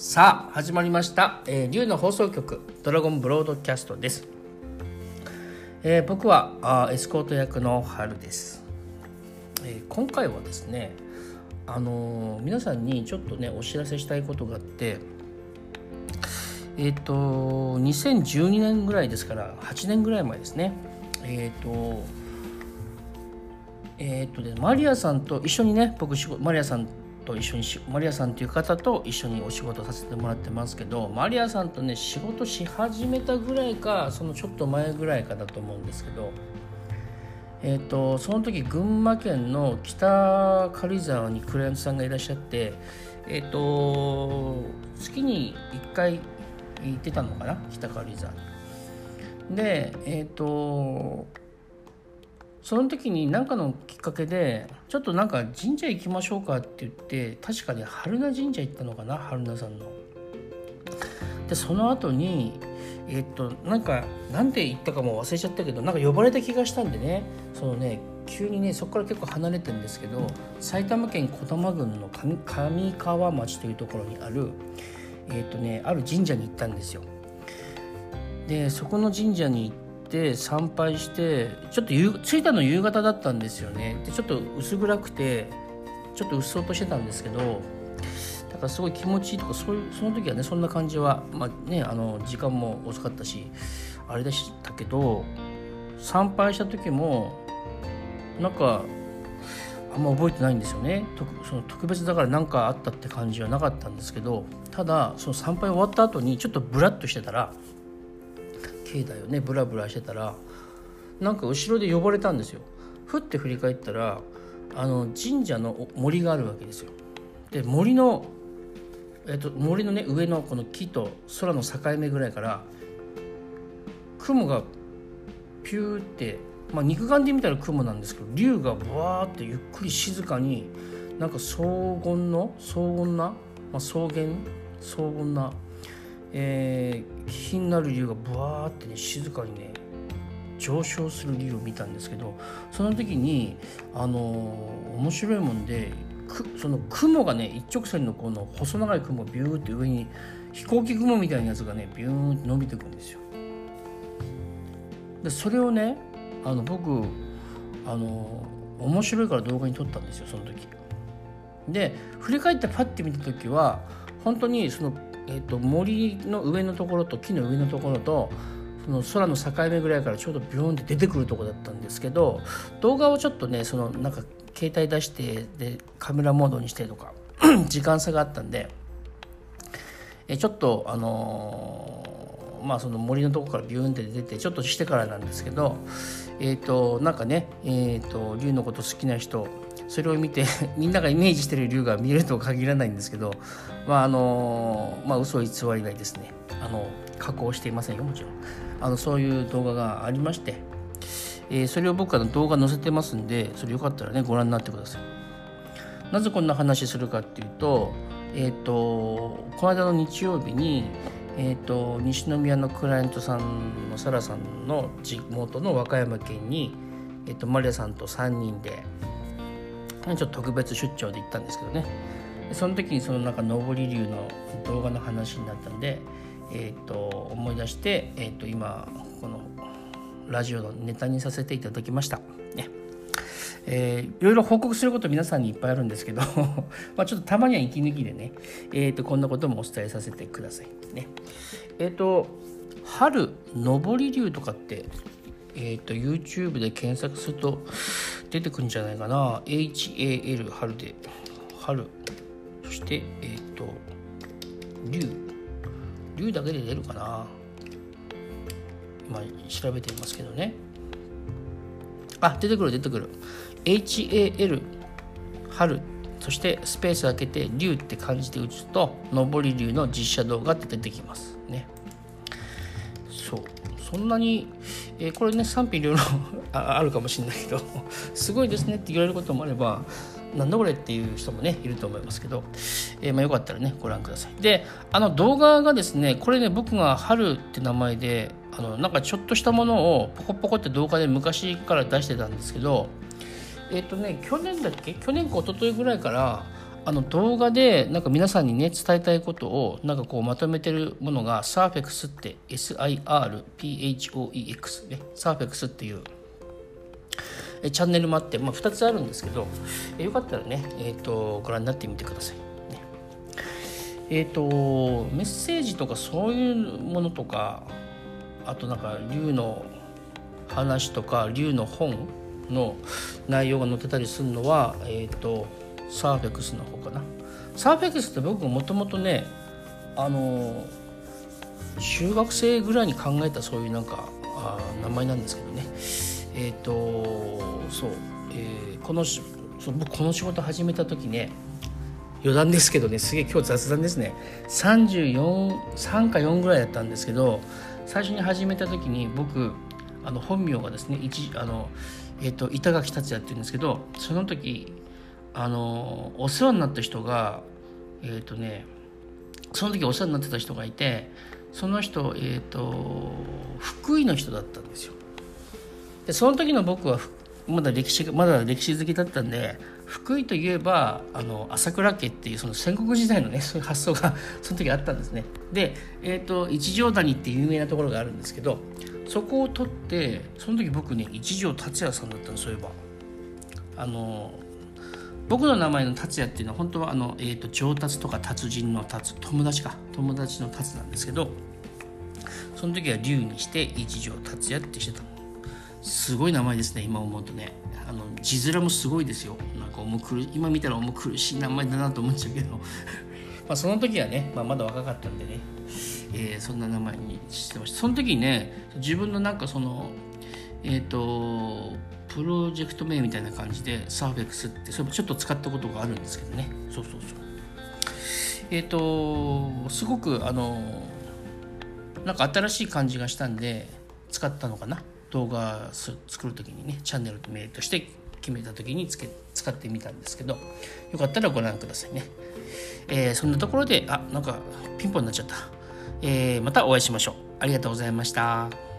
さあ始まりました、龍の放送局ドラゴンブロードキャストです。僕はエスコート役の春です。今回はですね、皆さんにちょっとねお知らせしたいことがあって、2012年ぐらいですから8年ぐらい前ですね。マリアさんと一緒にね、マリアさんという方と一緒にお仕事させてもらってますけど、マリアさんとね仕事し始めたぐらいか、そのちょっと前ぐらいかだと思うんですけど、その時群馬県の北軽井沢にクライアントさんがいらっしゃって、月に1回行ってたのかな、北軽井沢に。でその時に何かのきっかけでちょっとなんか神社行きましょうかって言って、確かに春名神社行ったのかな、春名さんの。でその後になんで行ったかも忘れちゃったけど、なんか呼ばれた気がしたんでね、急にねそこから結構離れてるんですけど、埼玉県小玉郡の上川町というところにあるある神社に行ったんですよ。でそこの神社に行って参拝して、ちょっと着いたの夕方だったんですよね。でちょっと薄暗くてちょっとうっそうとしてたんですけど、だからすごい気持ちいいとか、その時はねそんな感じは、時間も遅かったしあれでしたけど、参拝した時もなんかあんま覚えてないんですよね。その特別だから何かあったって感じはなかったんですけど、ただその参拝終わった後にちょっとブラッとしてたら、境内をねブラブラしてたら、なんか後ろで呼ばれたんですよ。ふって振り返ったら神社の森があるわけですよ。で森のね上のこの木と空の境目ぐらいから雲がピューって、肉眼で見たら雲なんですけど、竜がブワーってゆっくり静かに、なんか荘厳な気品なる竜がブワーってね静かにね上昇する竜を見たんですけど、その時に面白いもんで、その雲がね一直線のこの細長い雲がビューって上に、飛行機雲みたいなやつがねビューンって伸びてくるんですよ。でそれをね僕面白いから動画に撮ったんですよ、その時で。振り返ってパッて見た時は本当にその、森の上のところと木の上のところとその空の境目ぐらいからちょうどビューンって出てくるところだったんですけど、動画をちょっとねなんか携帯出してでカメラモードにしてとか時間差があったんで、ちょっとその森のとこからビューンって出てちょっとしてからなんですけど、なんかね竜のこと好きな人、それを見てみんながイメージしてる竜が見えるとは限らないんですけど、嘘偽りないですね。加工していませんよ、もちろん。そういう動画がありまして、それを僕動画載せてますんで、それよかったらねご覧になってください。なぜこんな話するかっていうと、この間の日曜日に西宮のクライアントさんのサラさんの地元の和歌山県に、マリアさんと3人でちょっと特別出張で行ったんですけどね。その時にそのなんか上り竜の動画の話になったんで、思い出して、今このラジオのネタにさせていただきましたね。いろいろ報告すること皆さんにいっぱいあるんですけどちょっとたまには息抜きでね、こんなこともお伝えさせてくださいね。春上り竜とかって、YouTube で検索すると出てくるんじゃないかな。 HAL 春で春、そして竜だけで出るかな。今調べていますけどね。出てくる HAL 春、そしてスペース開けて竜って漢字で打つと上り竜の実写動画って出てきますね。そんなに、これね賛否いろいろあるかもしれないけどすごいですねって言われることもあれば、なんだこれっていう人もねいると思いますけど、よかったらねご覧ください。で動画がですね、これね僕が春って名前でなんかちょっとしたものをポコポコって動画で昔から出してたんですけど、去年か一昨日ぐらいから動画でなんか皆さんにね伝えたいことをなんかこうまとめてるものがサーフェクスって SIRPHOEX ね、サーフェクスっていうチャンネルもあって、2つあるんですけど、よかったらね、ご覧になってみてください、ね。メッセージとかそういうものとか、あとなんか龍の話とか龍の本の内容が載ってたりするのは、サーフェクスの方かな。サーフェクスって僕もともとね、中学生ぐらいに考えたそういうなんか名前なんですけどね。僕この仕事始めた時ね、余談ですけどね、すげえ今日雑談ですね、3か4ぐらいだったんですけど、最初に始めた時に僕本名がですね板垣達也っていうんですけど、その時お世話になった人がその時お世話になってた人がいて、その人福井の人だったんですよ。でその時の僕はまだ歴史好きだったんで、福井といえば朝倉家っていうその戦国時代のねそういう発想がその時あったんですね。で、一条谷っていう有名なところがあるんですけど、そこを取ってその時僕ね一条達也さんだったの。そういえば僕の名前の達也っていうのは本当は上達とか達人の達、友達の達なんですけど、その時は龍にして一条達也ってしてたの。すごい名前ですね、今思うとね。字面もすごいですよ。なんか今見たら重苦しい名前だなと思っちゃうけどその時はね、まだ若かったんでね、そんな名前にしてました。その時にね、自分のなんかそのプロジェクト名みたいな感じでサーフェクスってそれもちょっと使ったことがあるんですけどね。すごくなんか新しい感じがしたんで使ったのかな。動画作る時にね、チャンネル名として決めた時に使ってみたんですけど、よかったらご覧くださいね。そんなところでなんかピンポンになっちゃった。またお会いしましょう。ありがとうございました。